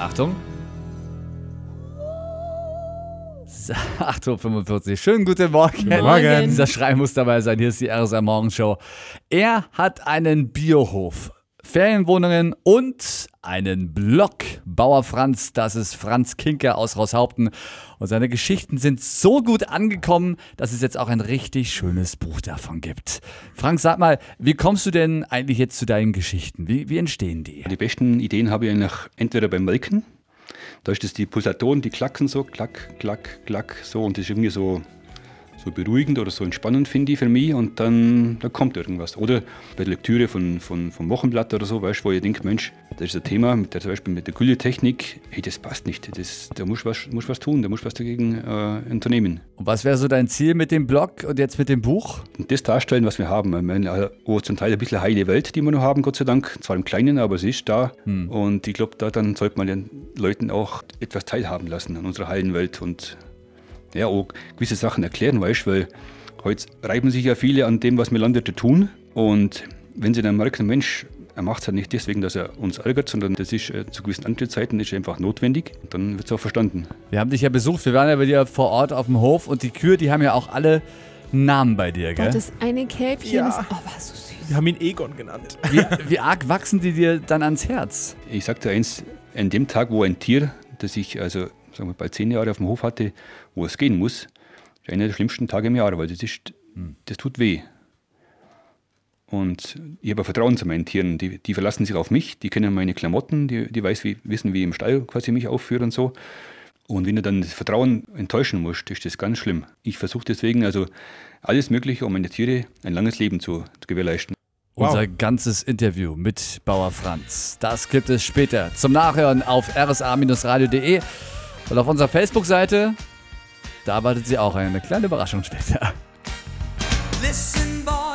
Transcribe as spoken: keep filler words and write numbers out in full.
Achtung. acht Uhr fünfundvierzig. Schönen guten Morgen. Guten Morgen. Dieser Schrei muss dabei sein. Hier ist die R S A Morgenshow. Er hat einen Biohof, Ferienwohnungen und einen Blog. Bauer Franz, das ist Franz Kinker aus Roßhaupten. Und seine Geschichten sind so gut angekommen, dass es jetzt auch ein richtig schönes Buch davon gibt. Frank, sag mal, wie kommst du denn eigentlich jetzt zu deinen Geschichten? Wie, wie entstehen die? Die besten Ideen habe ich eigentlich entweder beim Melken. Da ist das die Pulsatoren, die klacken so, klack, klack, klack, so. Und das ist irgendwie so, so beruhigend oder so entspannend, finde ich, für mich. Und dann da kommt irgendwas. Oder bei der Lektüre von, von, vom Wochenblatt oder so, weißt du, wo ich denke, Mensch, das ist ein Thema, mit der, zum Beispiel mit der Gülletechnik, hey, das passt nicht. Das, da musst du was, musst was tun, da musst du was dagegen äh, unternehmen. Und was wäre so dein Ziel mit dem Blog und jetzt mit dem Buch? Und das darstellen, was wir haben. Ich meine, oh, zum Teil ein bisschen heile Welt, die wir noch haben, Gott sei Dank. Zwar im Kleinen, aber es ist da. Hm. Und ich glaube, da dann sollte man den Leuten auch etwas teilhaben lassen an unserer heilen Welt und ja, auch gewisse Sachen erklären, weißt du, weil heute reiben sich ja viele an dem, was wir Landwirte tun. Und wenn sie dann merken, Mensch, er macht es halt nicht deswegen, dass er uns ärgert, sondern das ist äh, zu gewissen Antrittzeiten ist einfach notwendig, dann wird es auch verstanden. Wir haben dich ja besucht, wir waren ja bei dir vor Ort auf dem Hof und die Kühe, die haben ja auch alle Namen bei dir, gell? Das eine Kälbchen Ja. ist, oh, war so süß. Wir haben ihn Egon genannt. Wie, wie arg wachsen die dir dann ans Herz? Ich sagte eins, an dem Tag, wo ein Tier, das ich also sagen wir bald zehn Jahre auf dem Hof hatte, wo es gehen muss, ist einer der schlimmsten Tage im Jahr, weil das ist, das tut weh. Und ich habe Vertrauen zu meinen Tieren. Die, die verlassen sich auf mich, die kennen meine Klamotten, die, die weiß, wie, wissen, wie ich im Stall quasi mich aufführe und so. Und wenn du dann das Vertrauen enttäuschen musst, ist das ganz schlimm. Ich versuche deswegen also alles Mögliche, um meine Tiere ein langes Leben zu, zu gewährleisten. Wow. Unser ganzes Interview mit Bauer Franz, das gibt es später zum Nachhören auf r s a radio punkt d e und auf unserer Facebook-Seite, da erwartet Sie auch eine kleine Überraschung später. Listen, boy.